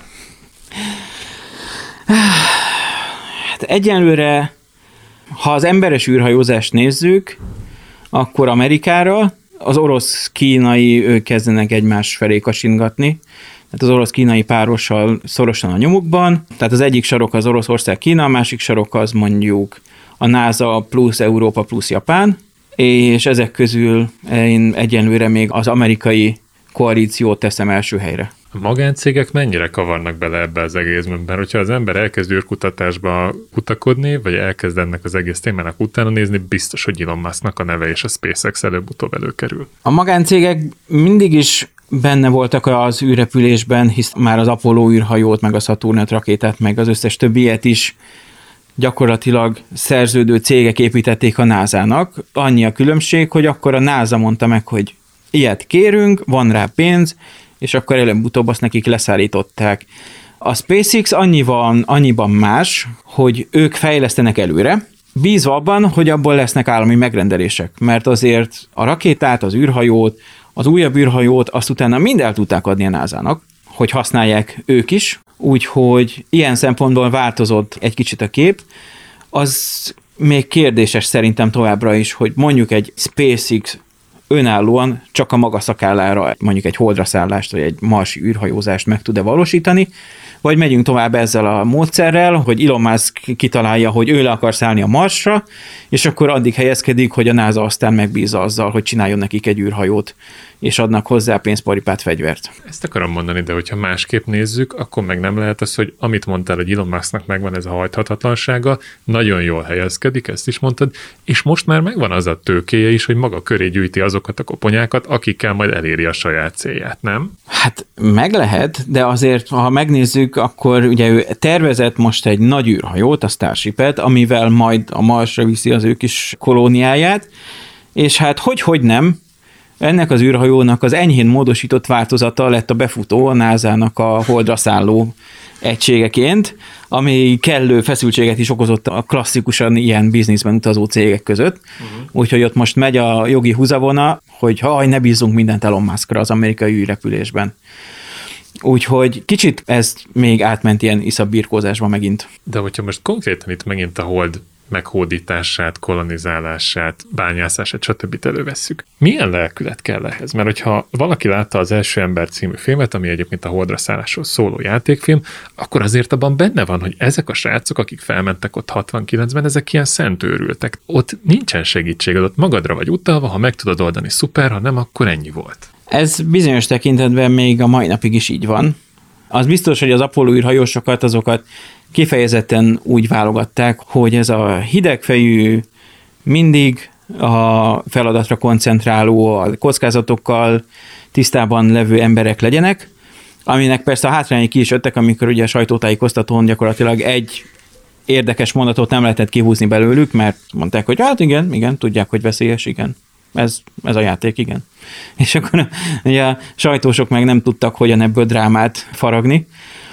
Hát egyenlőre, ha az emberes űrhajózást nézzük, akkor Amerikára, az orosz-kínai ők kezdenek egymás felé kacsingatni, tehát az orosz-kínai párossal szorosan a nyomukban, tehát az egyik sarok az Oroszország-Kína, a másik sarok az mondjuk a NASA plusz Európa plusz Japán, és ezek közül én egyenlőre még az amerikai koalíciót teszem első helyre.
A magáncégek mennyire kavarnak bele ebbe az egészben? Mert hogyha az ember elkezd űrkutatásba kutakodni, vagy elkezd ennek az egész témának utána nézni, biztos, hogy Elon Musknak a neve és a SpaceX előbb-utóbb előkerül.
A magáncégek mindig is benne voltak az űrrepülésben, hisz már az Apollo űrhajót, meg a Saturn öt rakétát, meg az összes többiet is gyakorlatilag szerződő cégek építették a nászának. Annyi a különbség, hogy akkor a NASA mondta meg, hogy ilyet kérünk, van rá pénz, és akkor előbb-utóbb azt nekik leszállították. A SpaceX annyiban, annyiban más, hogy ők fejlesztenek előre, bízva abban, hogy abból lesznek állami megrendelések, mert azért a rakétát, az űrhajót, az újabb űrhajót azt utána mind el tudták adni a nászának, hogy használják ők is, úgyhogy ilyen szempontból változott egy kicsit a kép. Az még kérdéses szerintem továbbra is, hogy mondjuk egy SpaceX önállóan csak a maga szakállára mondjuk egy holdra szállást, vagy egy marsi űrhajózást meg tud-e valósítani, vagy megyünk tovább ezzel a módszerrel, hogy Elon Musk kitalálja, hogy ő le akar szállni a Marsra, és akkor addig helyezkedik, hogy a NASA aztán megbízza azzal, hogy csináljon nekik egy űrhajót, és adnak hozzá pénzparipát, fegyvert.
Ezt akarom mondani, de hogyha másképp nézzük, akkor meg nem lehet az, hogy amit mondtál, hogy Elon Musknak megvan ez a hajthatatlansága, nagyon jól helyezkedik, ezt is mondtad, és most már megvan az a tőkéje is, hogy maga köré gyűjti azokat a koponyákat, akikkel majd eléri a saját célját, nem?
Hát meg lehet, de azért, ha megnézzük, akkor ugye ő tervezett most egy nagy űrhajót, a Starshipet, amivel majd a Marsra viszi az ő kis kolóniáját, és hát hogy-hogy nem, ennek az űrhajónak az enyhén módosított változata lett a befutó a nászának a holdra szálló egységeként, ami kellő feszültséget is okozott a klasszikusan ilyen bizniszben utazó cégek között. Uh-huh. Úgyhogy ott most megy a jogi húzavona, hogy haj, ne bízzunk mindent Elon Muskra az amerikai űrrepülésben. Úgyhogy kicsit ez még átment ilyen iszabirkózásba megint.
De hogyha most konkrétan itt megint a hold meghódítását, kolonizálását, bányászását, stb. Elővesszük. Milyen lelkület kell ehhez? Mert hogyha valaki látta az Első ember című filmet, ami egyébként a holdra szállásról szóló játékfilm, akkor azért abban benne van, hogy ezek a srácok, akik felmentek ott hatvankilencben, ezek ilyen szentőrültek. Ott nincsen segítség, ott magadra vagy utalva, ha meg tudod oldani, szuper, ha nem, akkor ennyi volt.
Ez bizonyos tekintetben még a mai napig is így van. Az biztos, hogy az Apollo űrhajósokat, azokat kifejezetten úgy válogatták, hogy ez a hidegfejű, mindig a feladatra koncentráló, a kockázatokkal tisztában levő emberek legyenek, aminek persze a hátrányai ki is jöttek, amikor ugye a sajtótájékoztatón gyakorlatilag egy érdekes mondatot nem lehetett kihúzni belőlük, mert mondták, hogy hát igen, igen, tudják, hogy veszélyes, igen. Ez, ez a játék, igen. És akkor ugye a sajtósok meg nem tudtak hogyan ebből drámát faragni.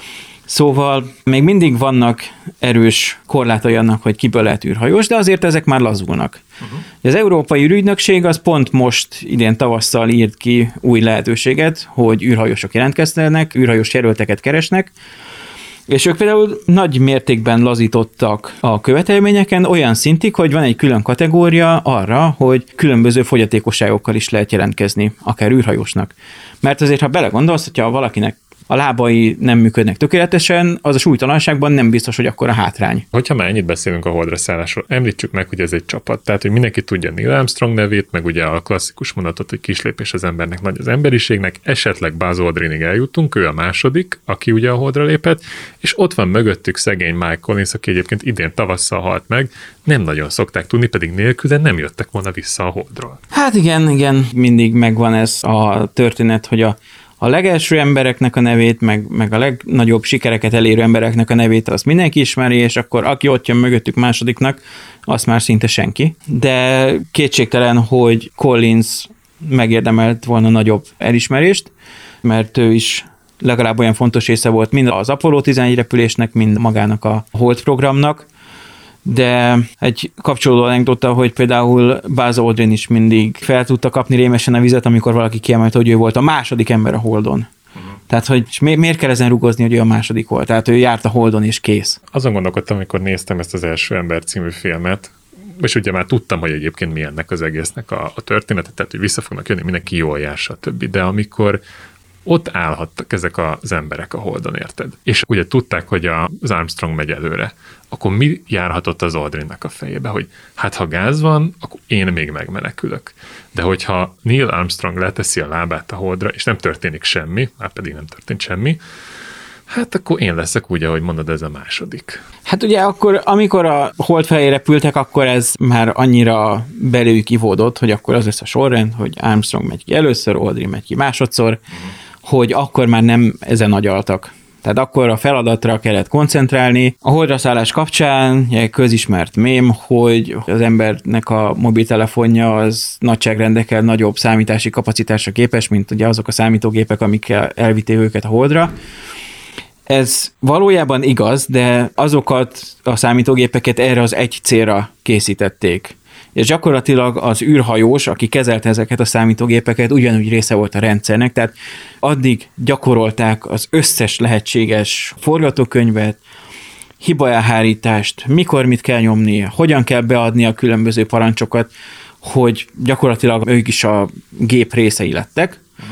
Szóval még mindig vannak erős korlátai annak, hogy kiből lehet űrhajós, de azért ezek már lazulnak. Uh-huh. Az Európai űrügynökség az pont most idén tavasszal írt ki új lehetőséget, hogy űrhajósok jelentkeztenek, űrhajós jelölteket keresnek, És ők például nagy mértékben lazítottak a követelményeken, olyan szintig, hogy van egy külön kategória arra, hogy különböző fogyatékosságokkal is lehet jelentkezni, akár űrhajósnak. Mert azért, ha belegondolsz, hogyha valakinek a lábai nem működnek tökéletesen, az a súlytalanságban nem biztos, hogy akkor a hátrány.
Hogyha már ennyit beszélünk a holdra szállásról, említsük meg, hogy ez egy csapat. Tehát, hogy mindenki tudja Neil Armstrong nevét, meg ugye a klasszikus mondatot, hogy kislépés az embernek nagy az emberiségnek, esetleg Buzz Aldrinig eljutunk, ő a második, aki ugye a holdra lépett, és ott van mögöttük szegény Mike Collins, aki egyébként idén tavasszal halt meg, nem nagyon szokták tudni, pedig nélkül, de nem jöttek volna vissza a holdról.
Hát igen, igen, mindig megvan ez a történet, hogy a A legelső embereknek a nevét, meg, meg a legnagyobb sikereket elérő embereknek a nevét, azt mindenki ismeri, és akkor aki ott jön mögöttük másodiknak, azt már szinte senki. De kétségtelen, hogy Collins megérdemelt volna nagyobb elismerést, mert ő is legalább olyan fontos része volt mind az Apollo tizenegy repülésnek, mind magának a Hold programnak. De egy kapcsolódó anekdota, hogy például Buzz Aldrin is mindig fel tudta kapni rémesen a vizet, amikor valaki kiemelte, hogy ő volt a második ember a Holdon. Uh-huh. Tehát, hogy mi, miért kell ezen rúgozni, hogy ő a második volt? Tehát ő járt a Holdon és kész.
Azon gondolkodtam, amikor néztem ezt az Első ember című filmet, és ugye már tudtam, hogy egyébként mi ennek az egésznek a, a története, tehát hogy vissza fognak jönni, mindenki jól jár, stb. De amikor ott állhattak ezek az emberek a Holdon, érted? És ugye tudták, hogy az Armstrong megy előre. Akkor mi járhatott az Aldrinnak a fejébe, hogy hát ha gáz van, akkor én még megmenekülök. De hogyha Neil Armstrong leteszi a lábát a Holdra, és nem történik semmi, már pedig nem történt semmi, hát akkor én leszek úgy, ahogy mondod, ez a második.
Hát ugye akkor, amikor a Hold felé repültek, akkor ez már annyira belőjük ivódott, hogy akkor az lesz a sorrend, hogy Armstrong megy ki először, Aldrin megy ki másodszor, uh-huh. hogy akkor már nem ezen agyaltak. Tehát akkor a feladatra kellett koncentrálni. A holdra szállás kapcsán közismert mém, hogy az embernek a mobiltelefonja az nagyságrendekkel nagyobb számítási kapacitásra képes, mint ugye azok a számítógépek, amikkel elvitték őket a Holdra. Ez valójában igaz, de azokat a számítógépeket erre az egy célra készítették. És gyakorlatilag az űrhajós, aki kezelte ezeket a számítógépeket, ugyanúgy része volt a rendszernek, tehát addig gyakorolták az összes lehetséges forgatókönyvet, hibaelhárítást, mikor mit kell nyomni, hogyan kell beadni a különböző parancsokat, hogy gyakorlatilag ők is a gép részei lettek, uh-huh.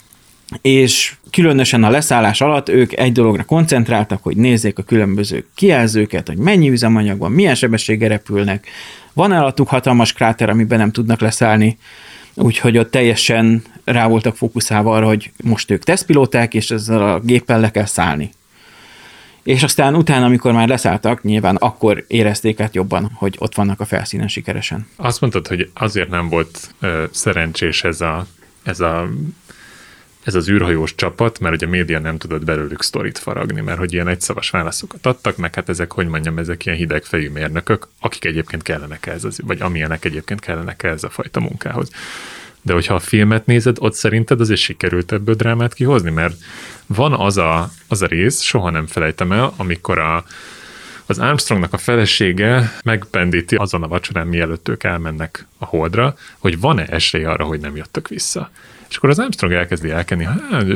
és különösen a leszállás alatt ők egy dologra koncentráltak, hogy nézzék a különböző kijelzőket, hogy mennyi üzemanyag van, milyen sebességgel repülnek, van alattuk hatalmas kráter, amiben nem tudnak leszállni, úgyhogy ott teljesen rá voltak fókuszálva arra, hogy most ők tesztpilóták, és ezzel a géppel le kell szállni. És aztán utána, amikor már leszálltak, nyilván akkor érezték át jobban, hogy ott vannak a felszínen sikeresen.
Azt mondtad, hogy azért nem volt ö, szerencsés ez a, ez a ez az űrhajós csapat, mert ugye a média nem tudott belőlük sztorit faragni, mert hogy ilyen egyszavas válaszokat adtak, meg hát ezek, hogy mondjam, ezek ilyen hidegfejű mérnökök, akik egyébként kellenek ez, az, vagy amilyenek egyébként kellenek ez a fajta munkához. De hogyha a filmet nézed, ott szerinted azért sikerült ebből drámát kihozni, mert van az a, az a rész, soha nem felejtem el, amikor a, az Armstrongnak a felesége megpendíti azon a vacsorán, mielőtt ők elmennek a Holdra, hogy van-e esély arra, hogy nem jöttek vissza. És akkor az Armstrong elkezdi elkenni,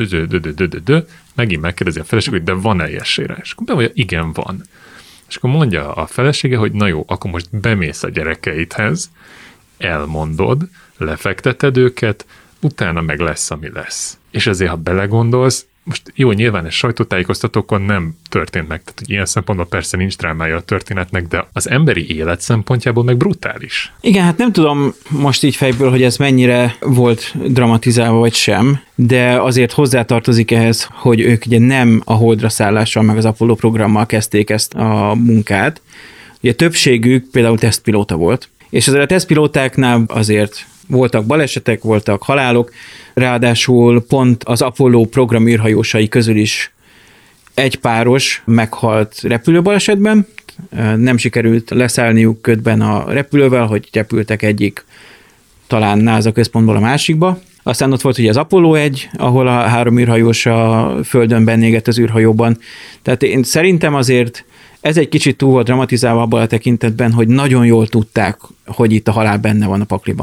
megint megkérdezi a feleség, hogy de van-e esélyre? És akkor bemondja, igen, van. És akkor mondja a felesége, hogy na jó, akkor most bemész a gyerekeidhez, elmondod, lefekteted őket, utána meg lesz, ami lesz. És azért, ha belegondolsz, most jó, nyilván ez sajtótájékoztatókon nem történt meg, tehát hogy ilyen szempontból persze nincs drámája a történetnek, de az emberi élet szempontjából meg brutális.
Igen, hát nem tudom most így fejből, hogy ez mennyire volt dramatizálva vagy sem, de azért hozzátartozik ehhez, hogy ők ugye nem a Holdra szállással meg az Apollo programmal kezdték ezt a munkát. Ugye többségük például tesztpilóta volt, és azért a tesztpilótáknál azért voltak balesetek, voltak halálok, ráadásul pont az Apollo program űrhajósai közül is egy páros meghalt repülőbalesetben, nem sikerült leszállniuk ködben a repülővel, hogy repültek egyik talán NASA központból a másikba. Aztán ott volt ugye az Apollo egy, ahol a három űrhajós a földön bennégett az űrhajóban. Tehát én szerintem azért ez egy kicsit túl volt dramatizálva abban a tekintetben, hogy nagyon jól tudták, hogy itt a halál benne van a pakliban.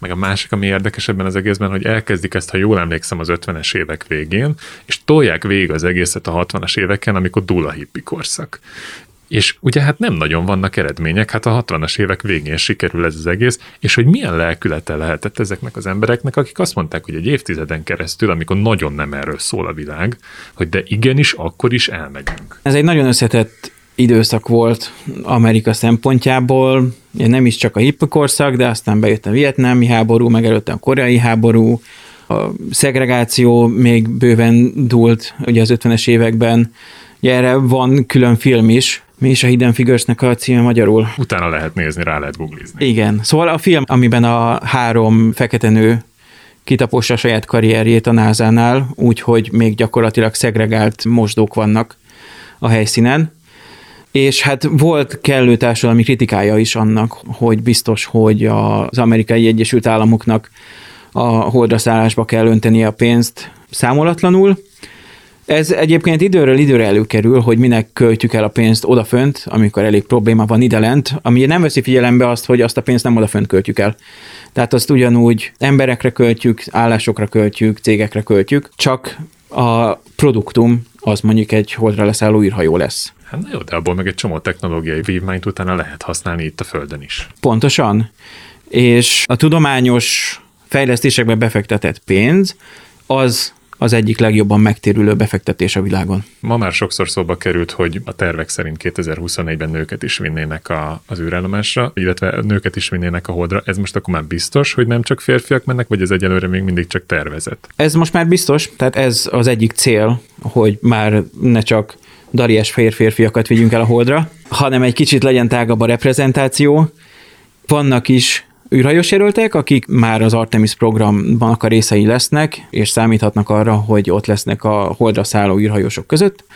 meg a másik, ami érdekes ebben az egészben, hogy elkezdik ezt, ha jól emlékszem, az ötvenes évek végén, és tolják végig az egészet a hatvanas éveken, amikor dúl a hippi korszak. És ugye hát nem nagyon vannak eredmények, hát a hatvanas évek végén sikerül ez az egész, és hogy milyen lelkülete lehetett ezeknek az embereknek, akik azt mondták, hogy egy évtizeden keresztül, amikor nagyon nem erről szól a világ, hogy de igenis, akkor is elmegyünk.
Ez egy nagyon összetett időszak volt Amerika szempontjából, nem is csak a hippi korszak, de aztán bejött a vietnámi háború, meg előtte a koreai háború, a szegregáció még bőven dúlt ugye az ötvenes években. Ugye erre van külön film is, mi is a Hidden Figures-nek a címe magyarul.
Utána lehet nézni, rá lehet googlizni.
Igen. Szóval a film, amiben a három fekete nő kitapossa a saját karrierjét a názánál, úgyhogy még gyakorlatilag szegregált mosdók vannak a helyszínen. És hát volt kellő társadalmi kritikája is annak, hogy biztos, hogy az Amerikai Egyesült Államoknak a holdra szállásba kell önteni a pénzt számolatlanul. Ez egyébként időről időre előkerül, hogy minek költjük el a pénzt odafönt, amikor elég probléma van idelent, ami nem veszi figyelembe azt, hogy azt a pénzt nem odafönt költjük el. Tehát azt ugyanúgy emberekre költjük, állásokra költjük, cégekre költjük, csak a produktum az mondjuk egy holdra leszálló űrhajó lesz.
Hát na jó, de abból meg egy csomó technológiai vívmányt utána lehet használni itt a Földön is.
Pontosan. És a tudományos fejlesztésekbe befektetett pénz az az egyik legjobban megtérülő befektetés a világon.
Ma már sokszor szóba került, hogy a tervek szerint kétezer-huszonnégyben nőket is vinnének a, az űrállomásra, illetve nőket is vinnének a holdra. Ez most akkor már biztos, hogy nem csak férfiak mennek, vagy ez egyelőre még mindig csak tervezet?
Ez most már biztos, tehát ez az egyik cél, hogy már ne csak dariás fehér férfiakat vigyünk el a holdra, hanem egy kicsit legyen tágabb a reprezentáció. Vannak is űrhajós jelöltek, akik már az Artemis programban a részei lesznek, és számíthatnak arra, hogy ott lesznek a holdra szálló űrhajósok között,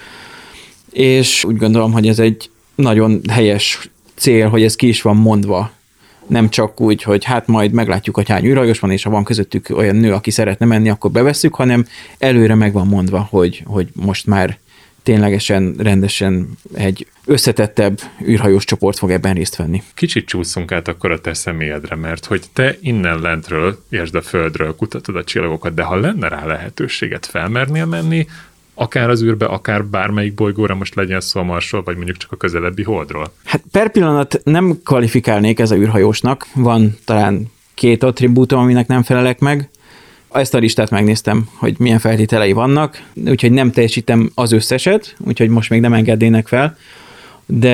és úgy gondolom, hogy ez egy nagyon helyes cél, hogy ez ki is van mondva. Nem csak úgy, hogy hát majd meglátjuk, hogy hány űrhajós van, és ha van közöttük olyan nő, aki szeretne menni, akkor bevesszük, hanem előre meg van mondva, hogy, hogy most már ténylegesen, rendesen egy összetettebb űrhajós csoport fog ebben részt venni.
Kicsit csúszunk át akkor a te személyedre, mert hogy te innen lentről, értsd a Földről kutatod a csillagokat, de ha lenne rá lehetőséget, felmernél menni, akár az űrbe, akár bármelyik bolygóra, most legyen szó a Marsról, vagy mondjuk csak a közelebbi Holdról? Hát
per pillanat nem kvalifikálnék ez a űrhajósnak. Van talán két attribútum, aminek nem felelek meg. Ezt a listát megnéztem, hogy milyen feltételei vannak, úgyhogy nem teljesítem az összeset, úgyhogy most még nem engednének fel, de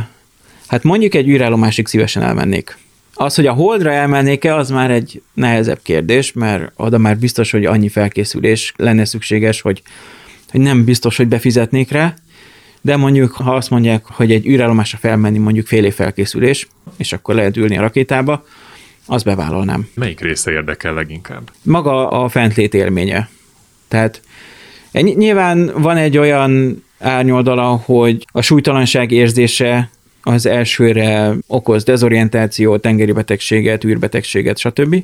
hát mondjuk egy űrállomásig szívesen elmennék. Az, hogy a Holdra elmennék-e, az már egy nehezebb kérdés, mert oda már biztos, hogy annyi felkészülés lenne szükséges, hogy, hogy nem biztos, hogy befizetnék rá, de mondjuk, ha azt mondják, hogy egy űrállomásra felmenni mondjuk fél év felkészülés, és akkor lehet ülni a rakétába, azt bevállalnám.
Melyik része érdekel leginkább?
Maga a fentlét élménye. Tehát nyilván van egy olyan árnyoldala, hogy a súlytalanság érzése az elsőre okoz dezorientációt, tengeri betegséget, űrbetegséget, stb.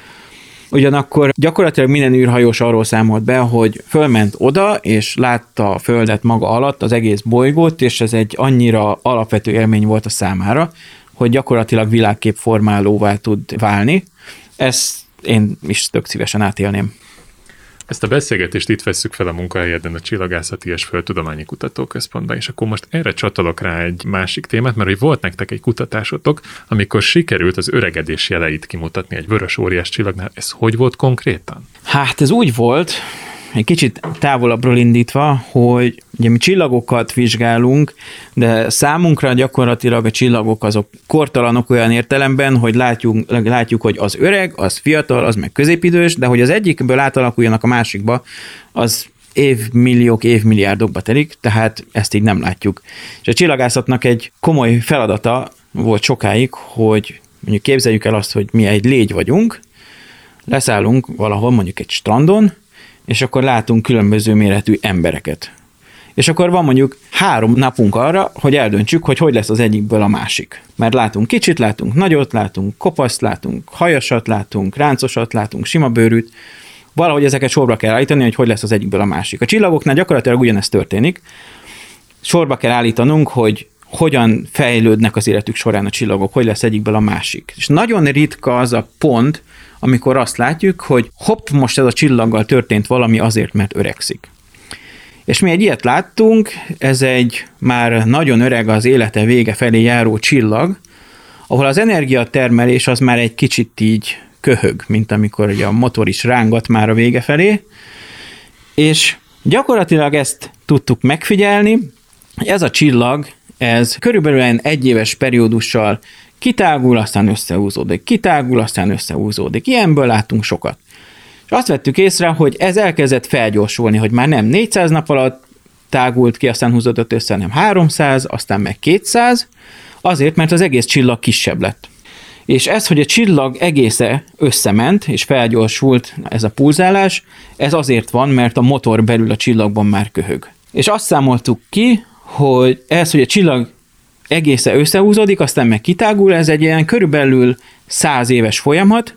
Ugyanakkor gyakorlatilag minden űrhajós arról számolt be, hogy fölment oda, és látta a Földet maga alatt, az egész bolygót, és ez egy annyira alapvető élmény volt a számára, hogy gyakorlatilag világképformálóvá tud válni. Ezt én is tök szívesen átélném.
Ezt a beszélgetést itt vesszük fel a munkahelyeden, a Csillagászati és Földtudományi Kutatóközpontban, és akkor most erre csatolok rá egy másik témát, mert hogy volt nektek egy kutatásotok, amikor sikerült az öregedés jeleit kimutatni egy vörös óriás csillagnál. Ez hogy volt konkrétan? Hát
ez úgy volt, egy kicsit távolabbról indítva, hogy ugye mi csillagokat vizsgálunk, de számunkra gyakorlatilag a csillagok azok kortalanok olyan értelemben, hogy látjuk, látjuk, hogy az öreg, az fiatal, az meg középidős, de hogy az egyikből átalakuljanak a másikba, az évmilliók, évmilliárdokba telik, tehát ezt így nem látjuk. És a csillagászatnak egy komoly feladata volt sokáig, hogy mondjuk képzeljük el azt, hogy mi egy légy vagyunk, leszállunk valahol mondjuk egy strandon, és akkor látunk különböző méretű embereket. És akkor van mondjuk három napunk arra, hogy eldöntsük, hogy hogy lesz az egyikből a másik. Mert látunk kicsit, látunk nagyot, látunk kopaszt, látunk hajasat, látunk ráncosat, látunk sima bőrűt. Valahogy ezeket sorba kell állítani, hogy hogy lesz az egyikből a másik. A csillagoknál gyakorlatilag ugyanezt történik. Sorba kell állítanunk, hogy hogyan fejlődnek az életük során a csillagok, hogy lesz egyikből a másik. És nagyon ritka az a pont, amikor azt látjuk, hogy hopp, most ez a csillaggal történt valami azért, mert öregszik. És mi egy ilyet láttunk, ez egy már nagyon öreg, az élete vége felé járó csillag, ahol az energiatermelés az már egy kicsit így köhög, mint amikor ugye a motor is rángat már a vége felé, és gyakorlatilag ezt tudtuk megfigyelni, hogy ez a csillag, ez körülbelül egy éves periódussal kitágul, aztán összehúzódik, kitágul, aztán összehúzódik. Ilyenből láttunk sokat. És azt vettük észre, hogy ez elkezdett felgyorsulni, hogy már nem négyszáz nap alatt tágult ki, aztán húzódott össze, nem háromszáz, aztán meg kétszáz, azért, mert az egész csillag kisebb lett. És ez, hogy a csillag egésze összement, és felgyorsult ez a pulzálás, ez azért van, mert a motor belül a csillagban már köhög. És azt számoltuk ki, hogy ez, hogy a csillag egésze összehúzódik, aztán meg kitágul, ez egy ilyen körülbelül száz éves folyamat,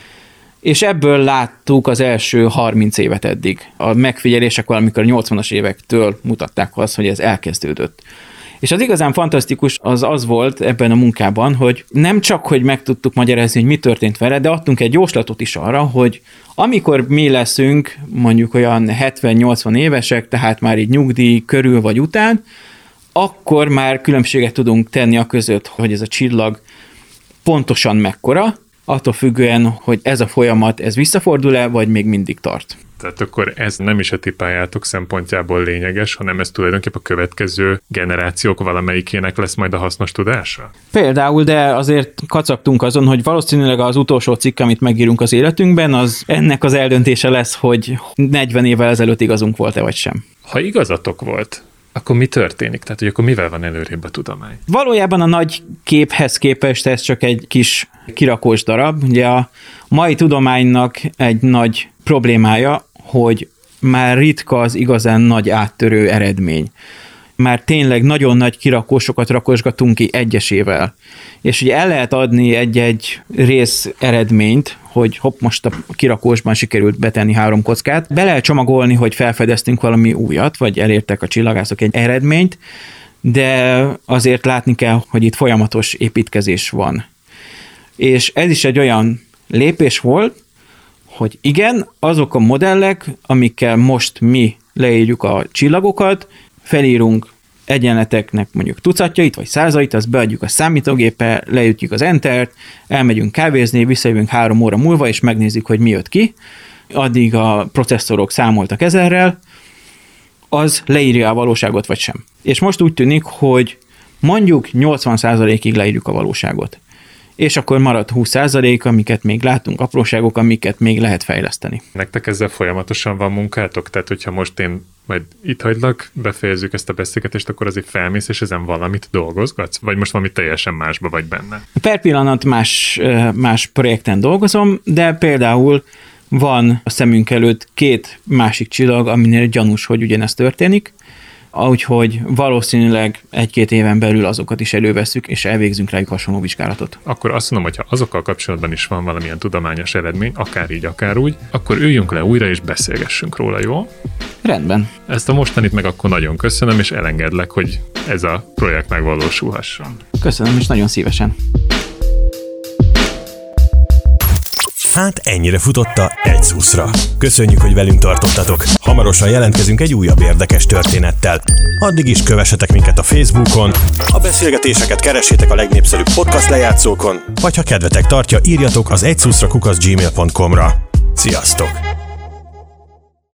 és ebből láttuk az első harminc évet eddig. A megfigyelések valamikor a nyolcvanas évektől mutatták azt, hogy ez elkezdődött. És az igazán fantasztikus az az volt ebben a munkában, hogy nem csak, hogy meg tudtuk magyarázni, hogy mi történt vele, de adtunk egy jóslatot is arra, hogy amikor mi leszünk mondjuk olyan hetven-nyolcvan évesek, tehát már így nyugdíj körül vagy után, akkor már különbséget tudunk tenni a között, hogy ez a csillag pontosan mekkora, attól függően, hogy ez a folyamat, ez visszafordul-e, vagy még mindig tart.
Tehát akkor ez nem is a ti pályátok szempontjából lényeges, hanem ez tulajdonképpen a következő generációk valamelyikének lesz majd a hasznos tudása?
Például, de azért kacagtunk azon, hogy valószínűleg az utolsó cikk, amit megírunk az életünkben, az ennek az eldöntése lesz, hogy negyven évvel ezelőtt igazunk volt-e vagy sem.
Ha igazatok volt, akkor mi történik? Tehát, hogy akkor mivel van előrébb a tudomány?
Valójában a nagy képhez képest ez csak egy kis kirakós darab. Ugye a mai tudománynak egy nagy problémája, hogy már ritka az igazán nagy áttörő eredmény. Már tényleg nagyon nagy kirakósokat rakosgatunk ki egyesével. És ugye el lehet adni egy-egy rész eredményt, hogy hopp, most a kirakósban sikerült betenni három kockát. Be lehet csomagolni, hogy felfedeztünk valami újat, vagy elértek a csillagászok egy eredményt, de azért látni kell, hogy itt folyamatos építkezés van. És ez is egy olyan lépés volt, hogy igen, azok a modellek, amikkel most mi leírjuk a csillagokat, felírunk egyenleteknek mondjuk tucatjait, vagy százait, azt beadjuk a számítógépbe, leütjük az Entert, elmegyünk kávézni, visszajövünk három óra múlva, és megnézzük, hogy mi jött ki. Addig a processzorok számoltak ezerrel, az leírja a valóságot, vagy sem. És most úgy tűnik, hogy mondjuk nyolcvan százalékig leírjuk a valóságot. És akkor marad húsz százalék, amiket még látunk, apróságok, amiket még lehet fejleszteni.
Nektek ezzel folyamatosan van munkátok? Tehát, hogyha most én majd itt hagylak, befejezzük ezt a beszélgetést, akkor azért felmész, és ezen valamit dolgozgatsz? Vagy most valami teljesen másba vagy benne?
Per pillanat más, más projekten dolgozom, de például van a szemünk előtt két másik csillag, aminél gyanús, hogy ugyanezt történik, úgyhogy valószínűleg egy-két éven belül azokat is elővesszük, és elvégzünk rájuk hasonló vizsgálatot.
Akkor azt mondom, hogy ha azokkal kapcsolatban is van valamilyen tudományos eredmény, akár így, akár úgy, akkor üljünk le újra, és beszélgessünk róla, jó?
Rendben.
Ezt a mostanit meg akkor nagyon köszönöm, és elengedlek, hogy ez a projekt megvalósulhasson.
Köszönöm, és nagyon szívesen.
Hát ennyire futotta egy szuszra. Köszönjük, hogy velünk tartottatok. Hamarosan jelentkezünk egy újabb érdekes történettel. Addig is kövessetek minket a Facebookon, a beszélgetéseket keressétek a legnépszerűbb podcast lejátszókon, vagy ha kedvetek tartja, írjatok az egyszuszra kukac gmail pont com-ra. Sziasztok!